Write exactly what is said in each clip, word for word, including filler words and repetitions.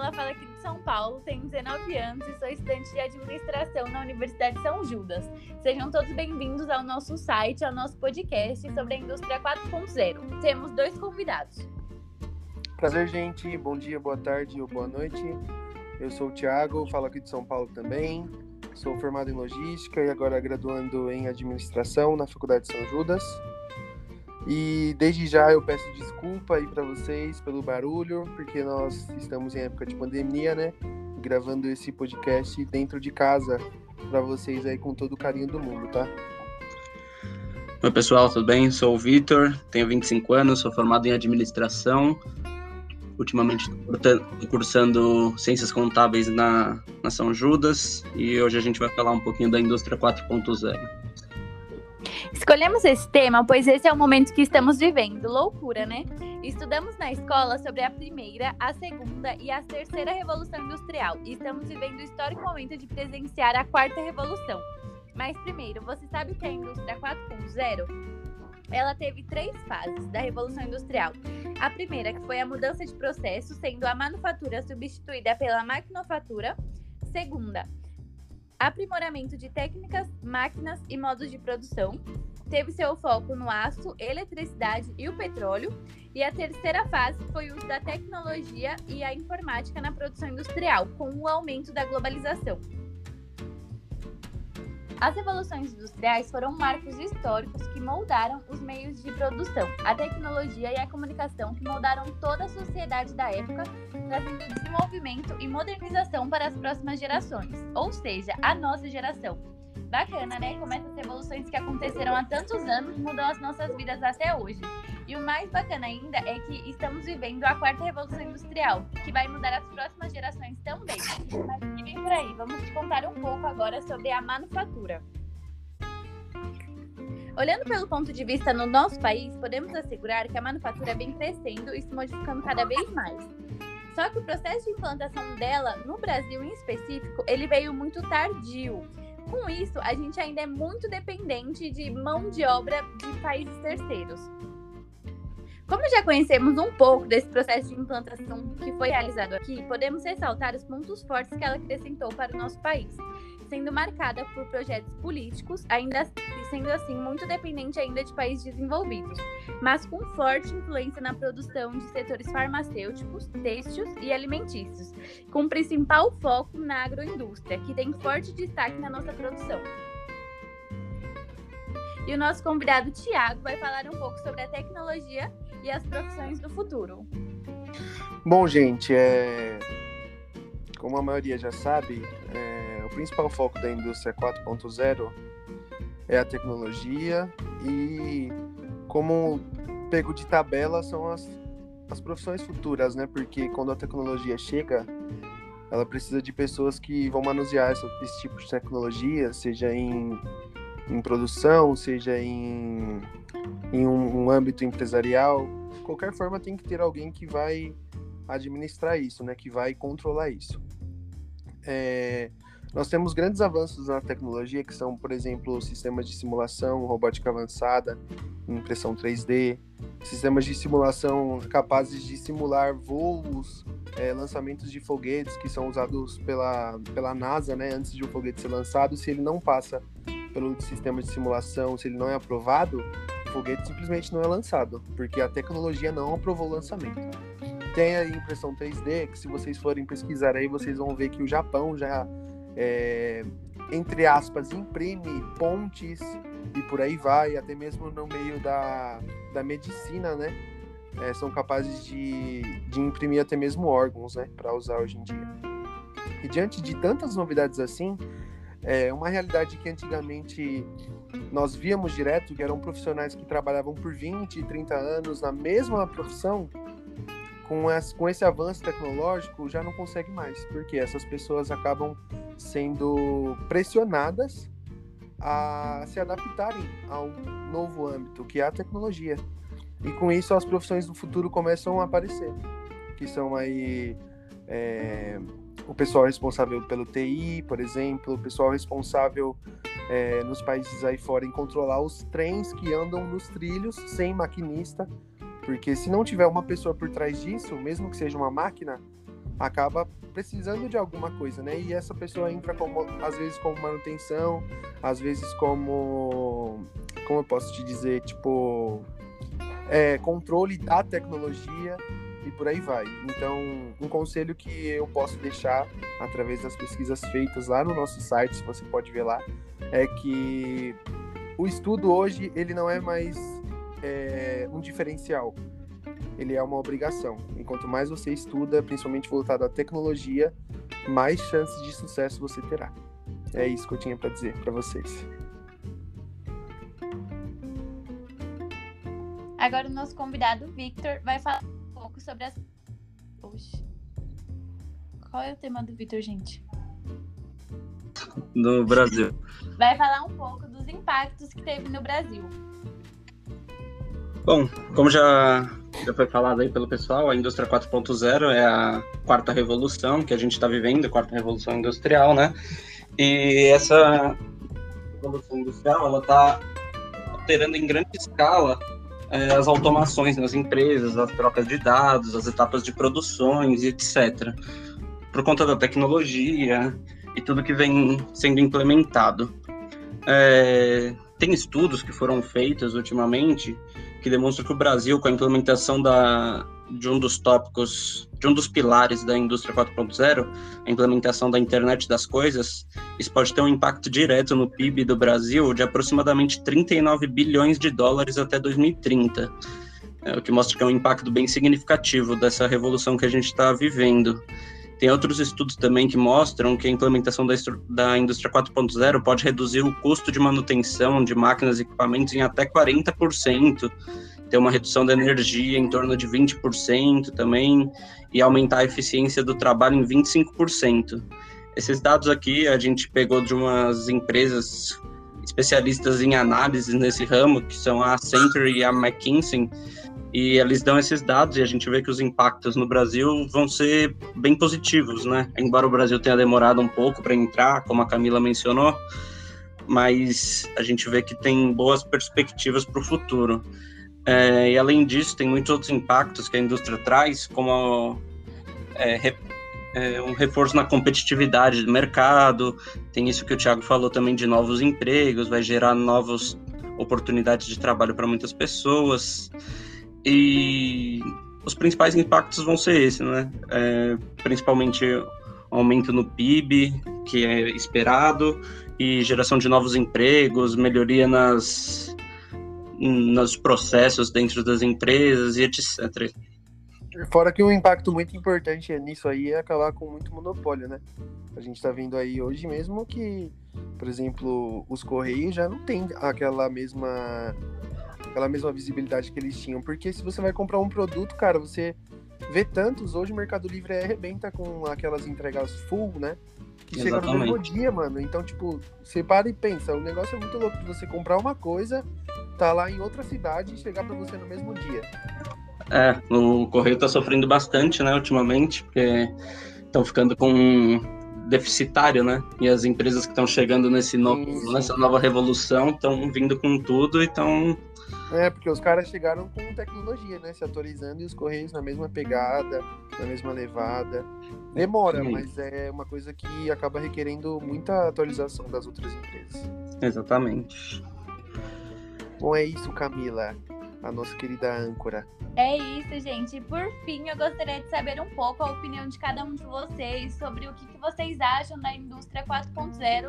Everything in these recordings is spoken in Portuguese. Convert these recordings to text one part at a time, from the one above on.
Camila, falo aqui de São Paulo, tenho dezenove anos e sou estudante de administração na Universidade São Judas. Sejam todos bem-vindos ao nosso site, ao nosso podcast sobre a indústria quatro ponto zero. Temos dois convidados. Prazer, gente. Bom dia, boa tarde ou boa noite. Eu sou o Thiago, falo aqui de São Paulo também. Sou formado em logística e agora graduando em administração na Faculdade São Judas. E desde já eu peço desculpa aí para vocês pelo barulho, porque nós estamos em época de pandemia, né? Gravando esse podcast dentro de casa para vocês aí com todo o carinho do mundo, tá? Oi, pessoal, tudo bem? Sou o Vitor, tenho vinte e cinco anos, sou formado em administração. Ultimamente estou cursando Ciências Contábeis na, na São Judas e hoje a gente vai falar um pouquinho da indústria quatro ponto zero. Escolhemos esse tema pois esse é o momento que estamos vivendo, loucura, né? Estudamos na escola sobre a primeira, a segunda e a terceira revolução industrial e estamos vivendo o histórico momento de presenciar a quarta revolução. Mas primeiro, você sabe o que é a indústria quatro ponto zero? Ela teve três fases da Revolução Industrial. A primeira, que foi a mudança de processo, sendo a manufatura substituída pela maquinofatura. Segunda, aprimoramento de técnicas, máquinas e modos de produção. Teve seu foco no aço, eletricidade e o petróleo. E a terceira fase foi o uso da tecnologia e a informática na produção industrial, com o aumento da globalização. As revoluções industriais foram marcos históricos que moldaram os meios de produção, a tecnologia e a comunicação que moldaram toda a sociedade da época, trazendo desenvolvimento e modernização para as próximas gerações, ou seja, a nossa geração. Bacana, né? Como essas revoluções que aconteceram há tantos anos mudam as nossas vidas até hoje. E o mais bacana ainda é que estamos vivendo a quarta revolução industrial, que vai mudar as próximas gerações também. Mas o que vem por aí? Vamos te contar um pouco agora sobre a manufatura. Olhando pelo ponto de vista no nosso país, podemos assegurar que a manufatura vem crescendo e se modificando cada vez mais. Só que o processo de implantação dela, no Brasil em específico, ele veio muito tardio. Com isso, a gente ainda é muito dependente de mão de obra de países terceiros. Como já conhecemos um pouco desse processo de implantação que foi realizado aqui, podemos ressaltar os pontos fortes que ela acrescentou para o nosso país, sendo marcada por projetos políticos, ainda sendo assim muito dependente ainda de países desenvolvidos, mas com forte influência na produção de setores farmacêuticos, têxteis e alimentícios, com principal foco na agroindústria, que tem forte destaque na nossa produção. E o nosso convidado, Thiago, vai falar um pouco sobre a tecnologia e as profissões do futuro. Bom, gente, é... como a maioria já sabe, é... o principal foco da indústria quatro ponto zero é a tecnologia e, como pego de tabela, são as, as profissões futuras, né? Porque quando a tecnologia chega, ela precisa de pessoas que vão manusear esse, esse tipo de tecnologia, seja em em produção, seja em, em um, um âmbito empresarial, de qualquer forma tem que ter alguém que vai administrar isso, né, que vai controlar isso. É, nós temos grandes avanços na tecnologia, que são, por exemplo, sistemas de simulação, robótica avançada, impressão três D, sistemas de simulação capazes de simular voos, é, lançamentos de foguetes que são usados pela, pela NASA, né, antes de o foguete ser lançado. Se ele não passa pelo sistema de simulação, se ele não é aprovado, o foguete simplesmente não é lançado, porque a tecnologia não aprovou o lançamento. Tem a impressão três D, que se vocês forem pesquisar aí, vocês vão ver que o Japão já, é, entre aspas, imprime pontes e por aí vai, até mesmo no meio da, da medicina, né? É, são capazes de, de imprimir até mesmo órgãos, né? Para usar hoje em dia. E diante de tantas novidades assim, é uma realidade que antigamente nós víamos direto, que eram profissionais que trabalhavam por vinte, trinta anos na mesma profissão, com esse, com esse avanço tecnológico já não consegue mais, porque essas pessoas acabam sendo pressionadas a se adaptarem a um novo âmbito, que é a tecnologia. E com isso as profissões do futuro começam a aparecer, que são aí é, o pessoal responsável pelo T I, por exemplo, o pessoal responsável é, nos países aí fora em controlar os trens que andam nos trilhos sem maquinista, porque se não tiver uma pessoa por trás disso, mesmo que seja uma máquina, acaba precisando de alguma coisa, né? E essa pessoa entra como, às vezes como manutenção, às vezes como, como eu posso te dizer, tipo, é, controle da tecnologia e por aí vai. Então, um conselho que eu posso deixar através das pesquisas feitas lá no nosso site, se você pode ver lá, é que o estudo hoje, ele não é mais é, um diferencial, ele é uma obrigação. E quanto mais você estuda, principalmente voltado à tecnologia, mais chances de sucesso você terá. É isso que eu tinha para dizer para vocês. Agora o nosso convidado, Victor, vai falar um pouco sobre as... Oxi. Qual é o tema do Victor, gente? No Brasil. Vai falar um pouco dos impactos que teve no Brasil. Bom, como já, já foi falado aí pelo pessoal, a indústria quatro ponto zero é a quarta revolução que a gente está vivendo, a quarta revolução industrial, né? E essa revolução industrial, ela está alterando em grande escala é, as automações nas empresas, as trocas de dados, as etapas de produções e etcétera. Por conta da tecnologia e tudo que vem sendo implementado. É, tem estudos que foram feitos ultimamente que demonstram que o Brasil, com a implementação da, de um dos tópicos, de um dos pilares da indústria quatro ponto zero, a implementação da internet das coisas, isso pode ter um impacto direto no P I B do Brasil de aproximadamente trinta e nove bilhões de dólares até dois mil e trinta, é, o que mostra que é um impacto bem significativo dessa revolução que a gente está vivendo. Tem outros estudos também que mostram que a implementação da, da indústria quatro ponto zero pode reduzir o custo de manutenção de máquinas e equipamentos em até quarenta por cento, ter uma redução da energia em torno de vinte por cento também, e aumentar a eficiência do trabalho em vinte e cinco por cento. Esses dados aqui a gente pegou de umas empresas especialistas em análise nesse ramo, que são a Accenture e a McKinsey, e eles dão esses dados e a gente vê que os impactos no Brasil vão ser bem positivos, né? Embora o Brasil tenha demorado um pouco para entrar, como a Camila mencionou, mas a gente vê que tem boas perspectivas para o futuro. É, e além disso, tem muitos outros impactos que a indústria traz, como é, re, é, um reforço na competitividade do mercado, tem isso que o Thiago falou também de novos empregos, vai gerar novas oportunidades de trabalho para muitas pessoas. E os principais impactos vão ser esses, né? É, principalmente aumento no P I B, que é esperado, e geração de novos empregos, melhoria nas, nos processos dentro das empresas e etcétera. Fora que um impacto muito importante nisso aí é acabar com muito monopólio, né? A gente tá vendo aí hoje mesmo que, por exemplo, os Correios já não tem aquela mesma... aquela mesma visibilidade que eles tinham, porque se você vai comprar um produto, cara, você vê tantos, hoje o Mercado Livre arrebenta com aquelas entregas full, né, que chega no mesmo dia, mano, então, tipo, você para e pensa, o negócio é muito louco de você comprar uma coisa, tá lá em outra cidade e chegar pra você no mesmo dia. É, o Correio tá sofrendo bastante, né, ultimamente, porque estão ficando com deficitário, né? E as empresas que estão chegando nesse novo, sim, sim. nessa nova revolução estão vindo com tudo e estão... É, porque os caras chegaram com tecnologia, né? Se atualizando e os Correios na mesma pegada, na mesma levada. Demora, sim. Mas é uma coisa que acaba requerendo muita atualização das outras empresas. Exatamente. Bom, é isso, Camila, a nossa querida âncora. É isso, gente. Por fim, eu gostaria de saber um pouco a opinião de cada um de vocês sobre o que, que vocês acham da indústria quatro ponto zero.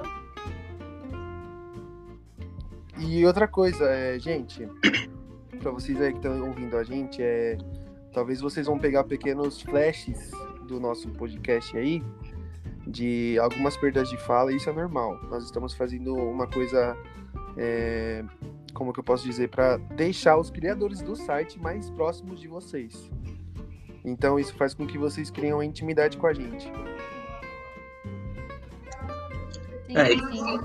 E outra coisa, é, gente, para vocês aí que estão ouvindo a gente, é, talvez vocês vão pegar pequenos flashes do nosso podcast aí, de algumas perdas de fala, e isso é normal. Nós estamos fazendo uma coisa... É, como que eu posso dizer, para deixar os criadores do site mais próximos de vocês. Então isso faz com que vocês criem uma intimidade com a gente. Sim, é, sim.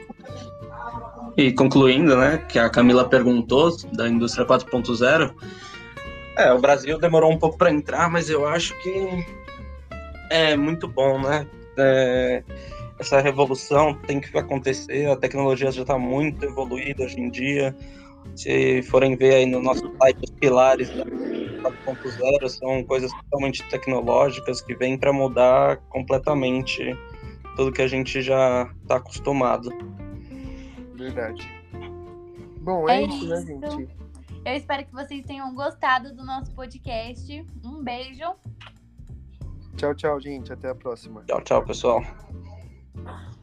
E concluindo, né, que a Camila perguntou da indústria quatro ponto zero, é, o Brasil demorou um pouco para entrar, mas eu acho que é muito bom, né? É, essa revolução tem que acontecer, a tecnologia já está muito evoluída hoje em dia. Se forem ver aí no nosso site os pilares da quatro ponto zero são coisas totalmente tecnológicas que vêm para mudar completamente tudo que a gente já está acostumado. Verdade. Bom, é, é isso, né, gente? Eu espero que vocês tenham gostado do nosso podcast. Um beijo. Tchau, tchau, gente. Até a próxima. Tchau, tchau, pessoal.